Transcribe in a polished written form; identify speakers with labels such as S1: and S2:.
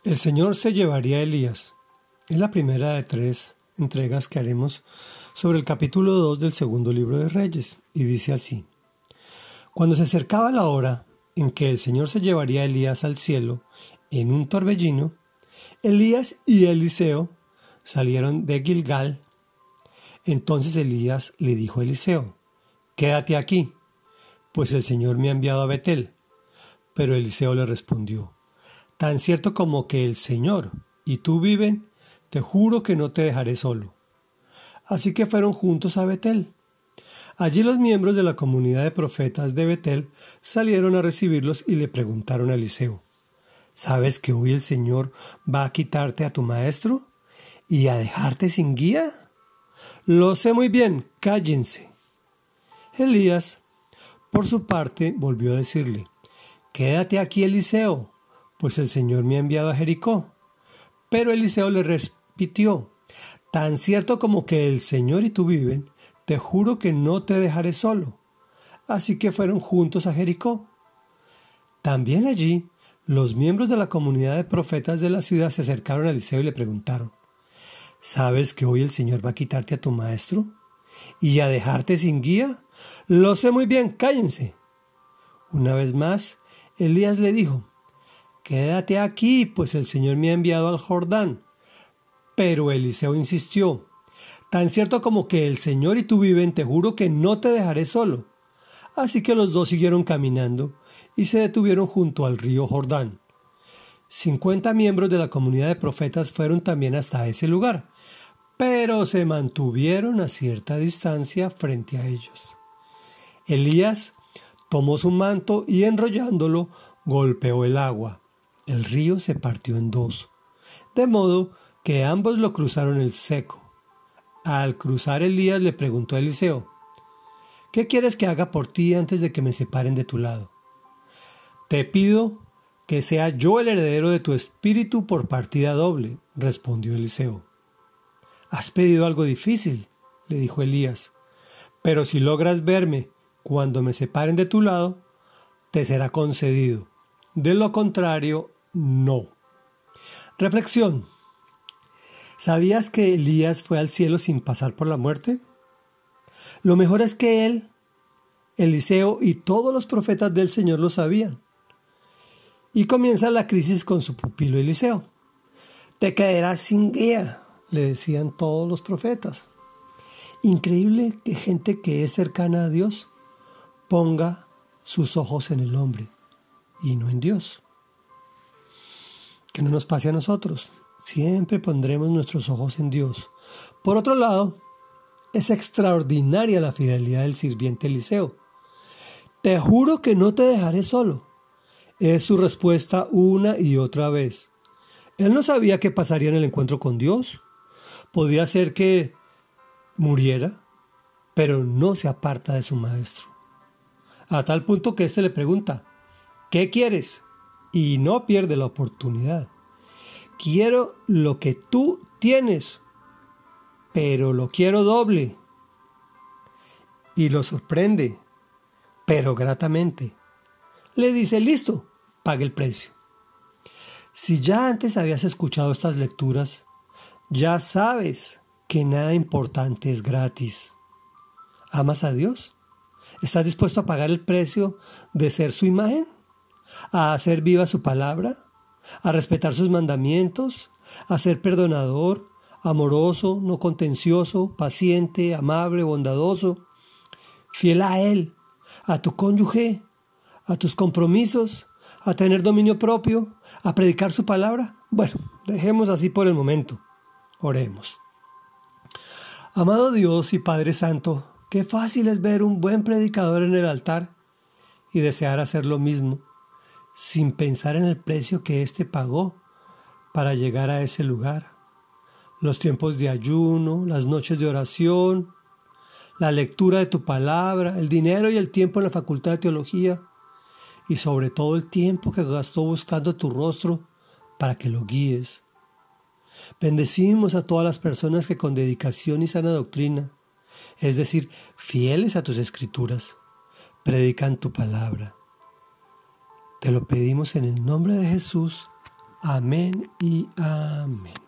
S1: El Señor se llevaría a Elías. Es la primera de 3 entregas que haremos sobre el capítulo 2 del segundo libro de Reyes, y dice así: Cuando se acercaba la hora en que el Señor se llevaría a Elías al cielo en un torbellino, Elías y Eliseo salieron de Gilgal. Entonces Elías le dijo a Eliseo: Quédate aquí, pues el Señor me ha enviado a Betel. Pero Eliseo le respondió: Tan cierto como que el Señor y tú viven, te juro que no te dejaré solo. Así que fueron juntos a Betel. Allí los miembros de la comunidad de profetas de Betel salieron a recibirlos y le preguntaron a Eliseo: ¿Sabes que hoy el Señor va a quitarte a tu maestro y a dejarte sin guía? Lo sé muy bien, cállense. Elías, por su parte, volvió a decirle: Quédate aquí, Eliseo, pues el Señor me ha enviado a Jericó. Pero Eliseo le repitió: Tan cierto como que el Señor y tú viven, te juro que no te dejaré solo. Así que fueron juntos a Jericó. También allí, los miembros de la comunidad de profetas de la ciudad se acercaron a Eliseo y le preguntaron: ¿Sabes que hoy el Señor va a quitarte a tu maestro y a dejarte sin guía? Lo sé muy bien, cállense. Una vez más, Elías le dijo: Quédate aquí, pues el Señor me ha enviado al Jordán. Pero Eliseo insistió: Tan cierto como que el Señor y tú viven, te juro que no te dejaré solo. Así que los dos siguieron caminando y se detuvieron junto al río Jordán. 50 miembros de la comunidad de profetas fueron también hasta ese lugar, pero se mantuvieron a cierta distancia frente a ellos. Elías tomó su manto y enrollándolo golpeó el agua. El río se partió en 2, de modo que ambos lo cruzaron en seco. Al cruzar, Elías le preguntó a Eliseo: ¿Qué quieres que haga por ti antes de que me separen de tu lado? Te pido que sea yo el heredero de tu espíritu por partida doble, respondió Eliseo. Has pedido algo difícil, le dijo Elías, pero si logras verme cuando me separen de tu lado, te será concedido. De lo contrario, no. Reflexión. ¿Sabías que Elías fue al cielo sin pasar por la muerte? Lo mejor es que él, Eliseo y todos los profetas del Señor lo sabían. Y comienza la crisis con su pupilo Eliseo. Te quedarás sin guía, le decían todos los profetas. Increíble que gente que es cercana a Dios ponga sus ojos en el hombre y no en Dios. Que no nos pase a nosotros. Siempre pondremos nuestros ojos en Dios. Por otro lado, es extraordinaria la fidelidad del sirviente Eliseo. Te juro que no te dejaré solo. Es su respuesta una y otra vez. Él no sabía qué pasaría en el encuentro con Dios. Podía ser que muriera, pero no se aparta de su maestro. A tal punto que éste le pregunta: ¿qué quieres? Y no pierde la oportunidad. Quiero lo que tú tienes, pero lo quiero doble. Y lo sorprende, pero gratamente. Le dice: listo, pague el precio. Si ya antes habías escuchado estas lecturas, ya sabes que nada importante es gratis. ¿Amas a Dios? ¿Estás dispuesto a pagar el precio de ser su imagen? ¿A hacer viva su palabra? ¿A respetar sus mandamientos? ¿A ser perdonador, amoroso, no contencioso, paciente, amable, bondadoso, fiel a Él, a tu cónyuge, a tus compromisos, a tener dominio propio, a predicar su palabra? Bueno, dejemos así por el momento. Oremos. Amado Dios y Padre Santo, qué fácil es ver un buen predicador en el altar y desear hacer lo mismo, sin pensar en el precio que éste pagó para llegar a ese lugar. Los tiempos de ayuno, las noches de oración, la lectura de tu palabra, el dinero y el tiempo en la facultad de teología y sobre todo el tiempo que gastó buscando tu rostro para que lo guíes. Bendecimos a todas las personas que con dedicación y sana doctrina, es decir, fieles a tus escrituras, predican tu palabra. Te lo pedimos en el nombre de Jesús. Amén y amén.